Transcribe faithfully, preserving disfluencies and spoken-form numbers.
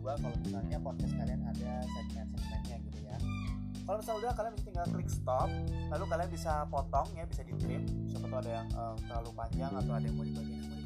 coba kalau misalnya podcast kalian ada segmen-segmennya gitu ya. Kalau misalnya udah, kalian bisa tinggal klik stop, lalu kalian bisa potong ya, bisa di trim. Siapa tahu ada yang uh, terlalu panjang atau ada yang mau dibagiin,